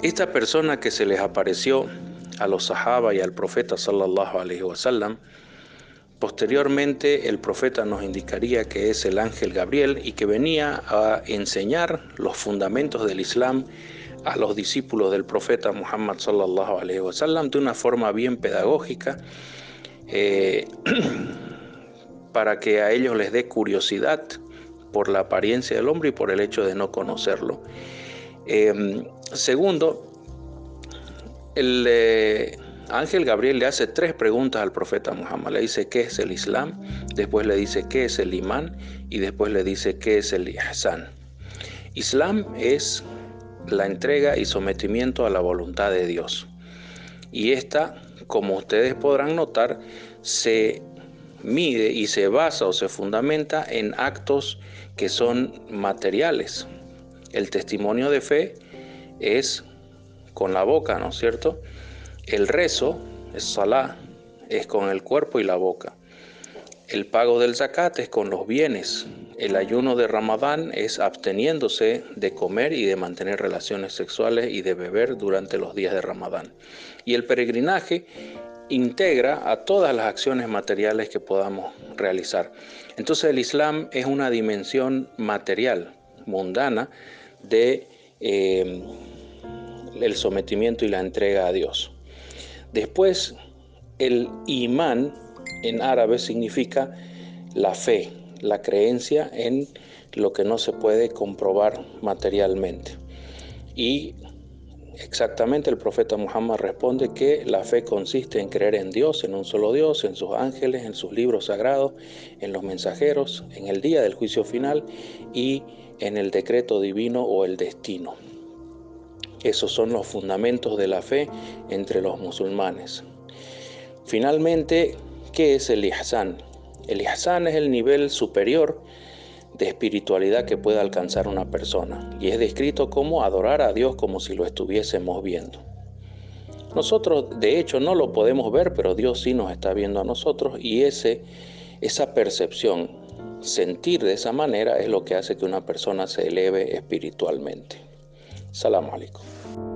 Esta persona que se les apareció a los sahaba y al profeta sallallahu alaihi wasallam, posteriormente el profeta nos indicaría que es el ángel Gabriel y que venía a enseñar los fundamentos del Islam a los discípulos del profeta Muhammad sallallahu alaihi wasallam de una forma bien pedagógica, para que a ellos les dé curiosidad por la apariencia del hombre y por el hecho de no conocerlo. Segundo, el ángel Gabriel le hace 3 preguntas al profeta Muhammad. Le dice qué es el Islam, después le dice qué es el imán y después le dice qué es el ihsan. Islam es la entrega y sometimiento a la voluntad de Dios. Y esta, como ustedes podrán notar, se mide y se basa o se fundamenta en actos que son materiales. El testimonio de fe es con la boca, ¿no es cierto? El rezo, es salá, es con el cuerpo y la boca. El pago del zakat es con los bienes. El ayuno de Ramadán es absteniéndose de comer y de mantener relaciones sexuales y de beber durante los días de Ramadán. Y el peregrinaje integra a todas las acciones materiales que podamos realizar. Entonces el Islam es una dimensión material, mundana, de el sometimiento y la entrega a Dios. Después, el imán en árabe significa la fe, la creencia en lo que no se puede comprobar materialmente. Y exactamente el profeta Muhammad responde que la fe consiste en creer en Dios, en un solo Dios, en sus ángeles, en sus libros sagrados, en los mensajeros, en el día del juicio final y en el decreto divino o el destino. Esos son los fundamentos de la fe entre los musulmanes. Finalmente, ¿qué es el ihsan? El ihsan es el nivel superior de espiritualidad que puede alcanzar una persona y es descrito como adorar a Dios como si lo estuviésemos viendo. Nosotros, de hecho, no lo podemos ver, pero Dios sí nos está viendo a nosotros y esa percepción, sentir de esa manera es lo que hace que una persona se eleve espiritualmente. Salam alaikum.